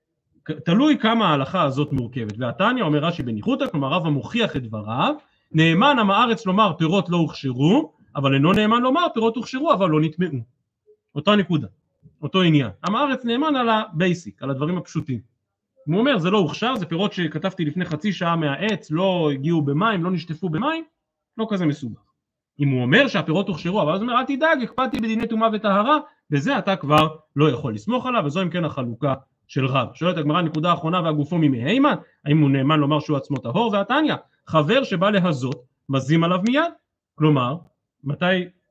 תלוי כמה ההלכה הזאת מורכבת. והתניא אומר רש"י בניחותא, כלומר רבא מוכיח את דבריו, נאמן עם הארץ לומר פירות לא הוכשרו, אבל אינו נאמן לומר פירות הוכשרו אבל לא נטמעו. אותה נקודה, אותו עניין. עם הארץ נאמן על הבייסיק, על הדברים הפשוטים. הוא אומר זה לא הוכשר, זה פירות שכתבתי לפני חצי שעה מהעץ, לא הגיעו במים, לא נשטפו במים, לא כזה מסובך. אם הוא אומר שהפירות הוכשרו, אבל אז הוא אומר אל תדאג, הקפדתי בדיני טומאה וטהרה, בזה אתה כבר לא יכול לסמוך עליו, וזו אם כן החלוקה של רב. שואלת הגמרא נקודה האחרונה והגופו ממהימן, האם הוא נאמן לומר שהוא עצמו טהור? והתניא, חבר שבא להזות, מזים עליו מיד. כלומר, מתי,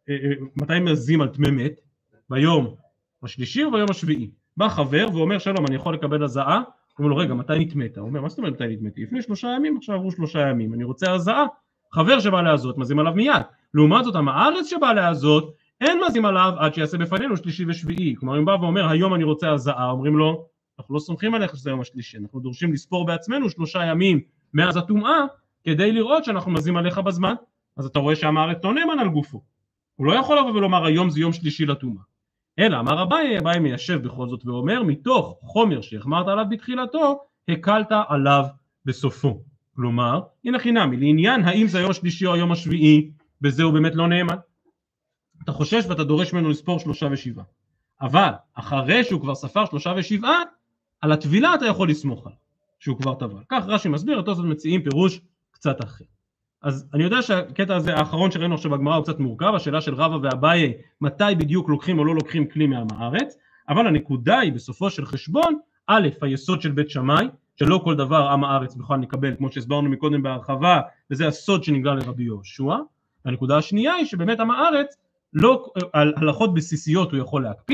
מתי מזים על טמא מת? ביום השלישי או ביום השביעי? בא חבר ואומר שלום, אני יכול לקבל הזעה? הוא אומר לו רגע, מתי נטמאת? הוא אומר, מה זאת אומרת מתי נטמאת? לפני שלושה ימים, עכשיו עברו שלושה ימים, אני רוצה הזעה. חבר שבא להזות, מזים עליו מיד. לעומת זאת, עם הארץ שבא להזות, אין מזים עליו עד שיעשה בפנינו שלישי ושביעי. כלומר, אם בא ואומר, היום אני רוצה הזעה, אומרים לו, אנחנו לא סומכים עליך שזה יום השלישי, אנחנו דורשים לספור בעצמנו שלושה ימים מאז הטומאה, כדי לראות שאנחנו מזים עליך בזמן. אז אתה רואה שעם הארץ לא נאמן על גופו. הוא לא יכול לבוא ולומר, היום זה יום שלישי לטומאה. אלא, אמר אביי, אביי מיישב בכל זאת ואומר, מתוך חומר שהחמרת עליו בתחילתו, הקלת עליו בסופו. כלומר, הנה חינמי, לעניין האם זה היום השלישי או היום השביעי, בזה הוא באמת לא נאמן. אתה חושש ואתה דורש ממנו לספור שלושה ושבעה. אבל, אחרי שהוא כבר ספר שלושה ושבעה, על הטבילה אתה יכול לסמוך עליו, שהוא כבר טבל. כך רש"י מסביר, אותו זאת מציעים פירוש קצת אחר. אז אני יודע שהקטע הזה, האחרון שראינו עכשיו בגמרא הוא קצת מורכב, השאלה של רבא ואביי, מתי בדיוק לוקחים או לא לוקחים כלי מעם הארץ, אבל הנקודה היא בסופו של חשבון, א', היסוד של בית שמאי, שלא כל דבר עם הארץ בכלל נקבל, כמו שהסברנו מקודם בהרחבה, וזה הסוד שנגלה לרבי יהושע. הנקודה השנייה היא שבאמת עם הארץ, לא, על הלכות בסיסיות הוא יכול להקפיד,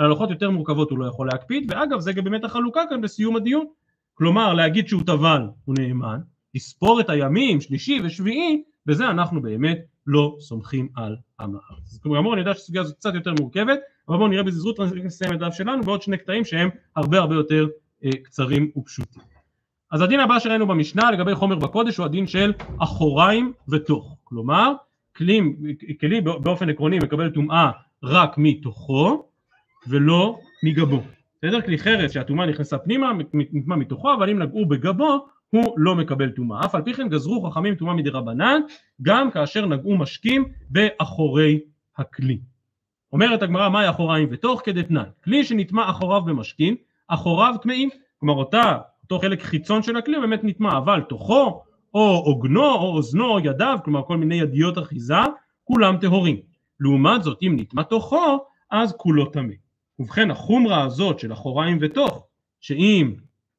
על הלכות יותר מורכבות הוא לא יכול להקפיד, ואגב זה גם באמת החלוקה כאן בסיום הדיון, כלומר להגיד שהוא טבל הוא נאמן, לספור את הימים שלישי ושביעי, בזה אנחנו באמת לא סומכים על עם הארץ. אז כלומר אני יודע שהסוגיה הזאת קצת יותר מורכבת, אבל בואו נראה בזריזות נסיים את הדף שלנו בעוד שני קטעים שהם הרבה הרבה יותר אה, קצרים ופשוטים. אז הדין הבא שראינו במשנה לגבי חומר בקודש הוא הדין של אחוריים ותוך, כלומר כלי, כלי באופן עקרוני מקבל טומאה רק מתוכו ולא מגבו. בסדר? כלי חרס שהטומאה נכנסה פנימה נטמא מתוכו, אבל אם נגעו בגבו הוא לא מקבל טומאה. אף על פי כן גזרו חכמים טומאה מדרבנן גם כאשר נגעו משקים באחורי הכלי. אומרת הגמרא מהי אחוריים ותוך? כדתנן, כלי שנטמא אחוריו במשקים, אחוריו טמאים, כלומר אותה אותו חלק חיצון של הכלי באמת נטמא, אבל תוכו או עוגנו או אוזנו או ידיו, כלומר כל מיני ידיות אחיזה, כולם טהורים. לעומת זאת אם נטמא תוכו אז כולו טמא. ובכן החומרה הזאת של אחוריים ותוך, שאם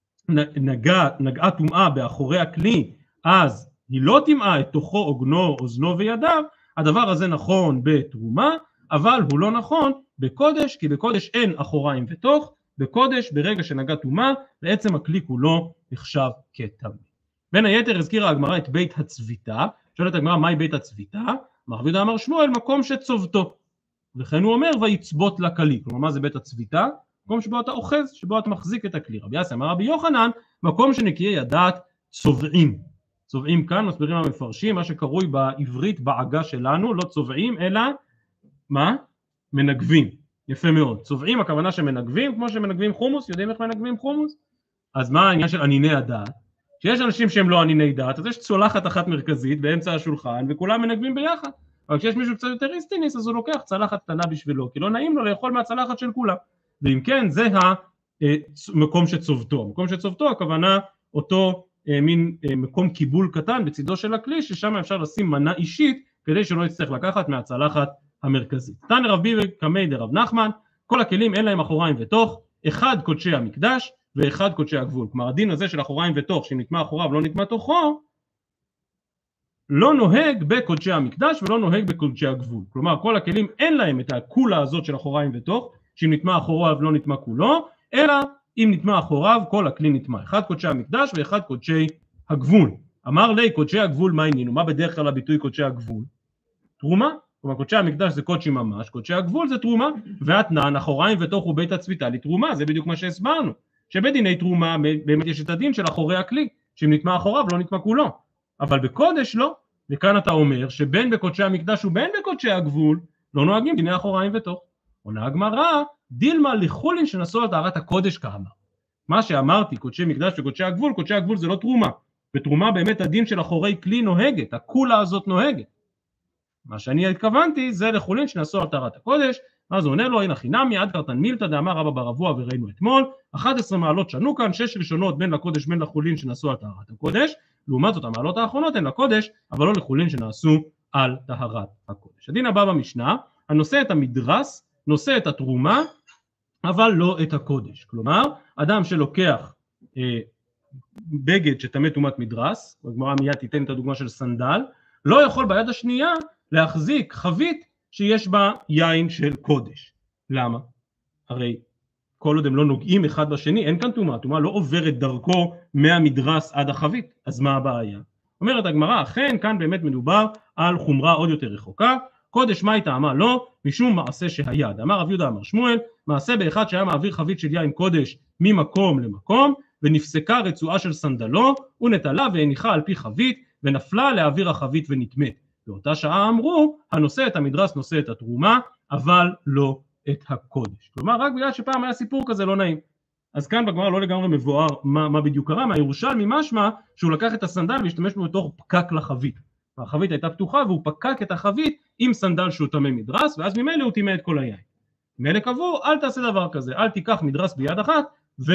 נגע, נגעה טומאה באחורי הכלי אז היא לא טמאה את תוכו, עוגנו, אוזנו וידיו, הדבר הזה נכון בתרומה, אבל הוא לא נכון בקודש, כי בקודש אין אחוריים ותוך, בקודש ברגע שנגע טומאה בעצם הכלי כולו נחשב כטמא. בין היתר הזכירה הגמרא את בית הצביתה, שואלת הגמרא מהי בית הצביתה? אמר רבי יהודה אמר שמואל מקום שצובתו, וכן הוא אומר ויצבות לכלי, כלומר מה זה בית הצביתה? מקום שבו אתה אוחז, שבו אתה מחזיק את הכלי. רבי יאסי אמר רבי יוחנן מקום שנקיי הדעת צובעים. צובעים כאן מסבירים המפרשים מה שקרוי בעברית בעגה שלנו לא צובעים אלא מה? מנגבים. יפה מאוד. צובעים הכוונה שמנגבים כמו שמנגבים חומוס, יודעים איך מנגבים חומוס? אז מה העניין של עניני הדעת? שיש אנשים שהם לא עניני דעת, אז יש צולחת אחת מרכזית באמצע השולחן וכולם מנגבים ביחד. אבל כשיש מישהו קצת יותר איסטיניס אז הוא לוקח צלחת קטנה בשבילו, כי לא נעים לו לאכול מהצלחת של כולם. ואם כן זה המקום שצובתו. מקום שצובתו הכוונה אותו מין מקום קיבול קטן בצידו של הכלי, ששם אפשר לשים מנה אישית כדי שלא יצטרך לקחת מהצלחת המרכזית. תנא רב ביבי קמי דרב נחמן, כל הכלים אין להם אחוריים ותוך, אחד קודשי המקדש ואחד קודשי הגבול. כלומר הדין הזה של אחוריים ותוך, שאם נטמא אחוריו ולא נטמא תוכו, לא נוהג בקודשי המקדש ולא נוהג בקודשי הגבול. כלומר כל הכלים אין להם את הכולה הזאת של אחוריים ותוך, שאם נטמא אחוריו ולא נטמא כולו, אלא אם נטמא אחוריו כל הכלי נטמא. אחד קודשי המקדש ואחד קודשי הגבול. אמר לי קודשי הגבול מה עניין? מה בדרך כלל הביטוי קודשי הגבול? תרומה. כלומר קודשי המקדש זה קודשי ממש, קודשי הגבול זה תרומה, ואתנן אחוריים ותוך הוא בית הצביתה לתרומה, זה בדיוק מה שהסברנו, שבדיני תרומה באמת יש את הדין של אחורי הכלי, שאם נטמא אחוריו לא נטמא כולו, אבל בקודש לא, וכאן אתה אומר שבין בקודשי המקדש ובין בקודשי הגבול לא נוהגים דיני אחוריים ותוך. עונה הגמרא דילמה לחולין שנשאו על טהרת הקודש כאמר. מה שאמרתי קודשי מקדש וקודשי הגבול, קודשי הגבול זה לא תרומה, בתרומה באמת הדין של אחורי כלי נוהגת, הכולה הזאת נוהגת. מה שאני התכוונתי זה לחולין שנשאו על טהרת הקודש. אז הוא עונה לו הנה חינמי עד קרתן מילתא דאמר רבא בר אבוה וראינו אתמול אחת עשרה מעלות שנו כאן, שש ראשונות בין לקודש בין לחולין שנעשו על טהרת הקודש, לעומת זאת המעלות האחרונות הן לקודש אבל לא לחולין שנעשו על טהרת הקודש. הדין הבא במשנה, הנושא את המדרס נושא את התרומה אבל לא את הקודש. כלומר אדם שלוקח אה, בגד שטמא טומאת מדרס, הגמרא מיד תיתן את הדוגמה של סנדל, לא יכול ביד השנייה להחזיק חבית שיש בה יין של קודש. למה? הרי כל עוד הם לא נוגעים אחד בשני אין כאן טומאה, טומאה לא עוברת דרכו מהמדרס עד החבית, אז מה הבעיה? אומרת הגמרא אכן כאן באמת מדובר על חומרה עוד יותר רחוקה. קודש מה היא טעמה? לא, משום מעשה שהיה. אמר רב יהודה אמר שמואל, מעשה באחד שהיה מעביר חבית של יין קודש ממקום למקום, ונפסקה רצועה של סנדלו, ונטלה והניחה על פי חבית, ונפלה לאוויר החבית ונטמאת. באותה שעה אמרו, הנושא את המדרס נושא את התרומה, אבל לא את הקודש. כלומר, רק בגלל שפעם היה סיפור כזה לא נעים. אז כאן בגמרא לא לגמרי מבואר מה, מה בדיוק קרה, מהירושלמי משמע שהוא לקח את הסנדל והשתמש בו בתור פקק לחבית. החבית הייתה פתוחה והוא פקק את החבית עם סנדל שהוא טמא מדרס, ואז ממילא הוא טימא את כל היין. ממילא קבעו, אל תעשה דבר כזה, אל תיקח מדרס ביד אחת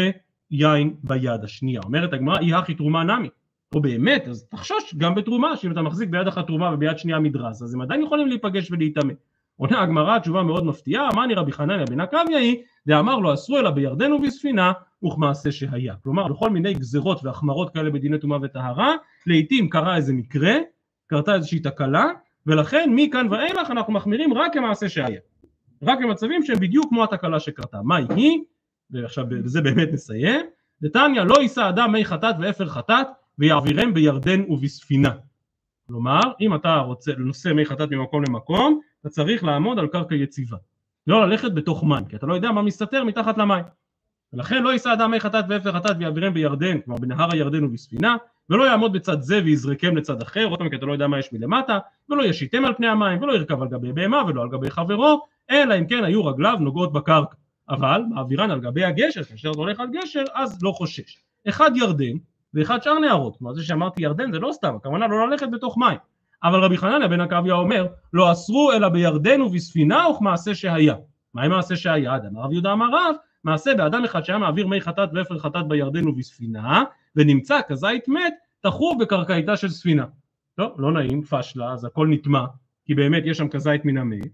ויין ביד השנייה. אומרת הגמרא, אי הכי תרומה נמי. או באמת, אז תחשוש גם בתרומה, שאם אתה מחזיק ביד אחת תרומה וביד שנייה מדרס, אז הם עדיין יכולים להיפגש ולהיטמא. עונה הגמרא תשובה מאוד מפתיעה, אמר רבי חנניה בן עקביא היא, דאמר לו אסרו אלא בירדן ובספינה, וכמעשה שהיה. כלומר, בכל מיני גזרות והחמרות כאלה בדיני טומאה וטהרה, לעתים קרה איזה מקרה, קרתה איזושהי תקלה, ולכן מכאן ואילך אנחנו מחמירים רק כמעשה שהיה. רק במצבים שהם בדיוק כמו התקלה שקרתה. מה היא? ועכשיו בזה באמת נסיים. דתניא לא יישא אדם מי חטאת ואפר חטאת ויעבירם בירדן ובספינה. כלומר, אם אתה רוצה לנושא מי חטאת ממקום למקום, אתה צריך לעמוד על קרקע יציבה. לא ללכת בתוך מים, כי אתה לא יודע מה מסתתר מתחת למים. ולכן לא יישא אדם מי חטאת ואפר חטאת ויעבירם בירדן, כלומר בנהר הירדן ובספינה, ולא יעמוד בצד זה ויזרקם לצד אחר, אותם כי אתה לא יודע מה יש מלמטה, ולא ישיתם על פני המים, ולא ירכב על גבי בהמה ולא על גבי חברו, אלא אם כן היו רגליו נוגעות בקרקע. אבל מעבירן על גבי הגשר, כאשר אתה הולך על גשר, אז לא חושש. אחד ירדן ואחד שאר נהרות, כלומר זה שאמרתי ירדן זה לא סתם, הכוונה לא ללכת בתוך מים. אבל רבי חנניה בן עקביא אומר, לא אסרו אלא בירדן ובספינה וכמעשה שהיה. מה עם מעשה שהיה? אמר רב יהודה אמר רב, מעשה באדם אחד שהיה מעביר מי חטאת ואפר חטאת בירדן ובספינה, ונמצא כזית מת, תחוב בקרקעיתה של ספינה. לא, לא נעים, פשלה, אז הכל נטמע, כי באמת יש שם כזית מן המת.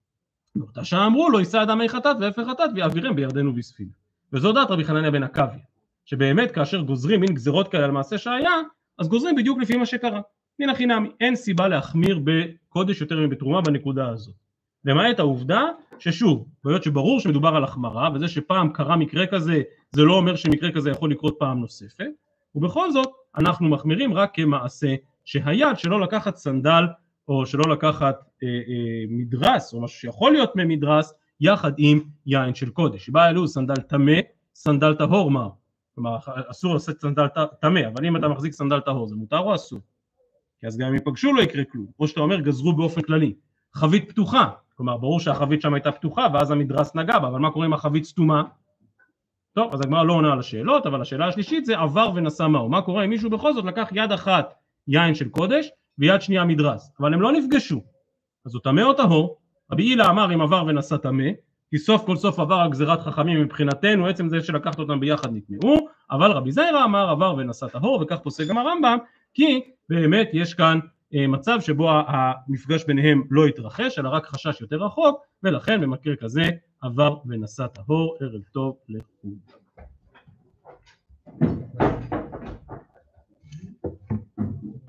באותה שעה אמרו, לא יישא אדם מי חטאת ואפר חטאת ויעבירם בירדן ובספינה. וזו דעת רבי חנניה בן עקביא, שבאמת כאשר גוזרים מין גזרות כאלה על מעשה שהיה, אז גוזרים בדיוק לפי מה שקרה. מן החינמי, אין סיבה להחמיר בקודש יותר מבתרומה בנקודה הזאת. למעט העובדה ששוב, בעיות שברור שמדובר על החמרה, וזה שפעם קרה מקרה כזה, זה לא אומר שמקרה כזה יכול לקרות פעם נוספת, ובכל זאת אנחנו מחמירים רק כמעשה שהיד שלא לקחת סנדל, או שלא לקחת אה, אה, מדרס, או משהו שיכול להיות ממדרס, יחד עם יין של קודש. בא אלו סנדל טמא, סנדל טהור מר. כלומר, אסור לעשות סנדל טמא, אבל אם אתה מחזיק סנדל טהור, זה מותר או אסור? כי אז גם אם יפגשו לא יקרה כלום. או שאתה אומר, גזרו באופן כללי. חבית פתוחה, כלומר, ברור שהחבית שם הייתה פתוחה, ואז המדרס נגע בה, אבל מה קורה עם החבית סתומה? טוב, אז הגמרא לא עונה על השאלות, אבל השאלה השלישית זה עבר ונשא מהו. מה קורה אם מישהו בכל זאת לקח יד אחת יין של קודש, ויד שנייה מדרס, אבל הם לא נפגשו. אז הוא טמא או טהור? רבי הילה אמר אם עבר ונשא טמא, כי סוף כל סוף עבר על גזירת חכמים מבחינתנו, עצם זה שלקחת אותם ביחד נטמעו, אבל רבי זיירא אמר עבר ונשא טהור, וכך פוסק גם הרמב"ם, כי באמת יש כאן אה, מצב שבו המפגש ביניהם לא התרחש, אלא רק חשש יותר רחוק, ולכן במקרה כזה עבר ונשא טהור. ערב טוב לכולם.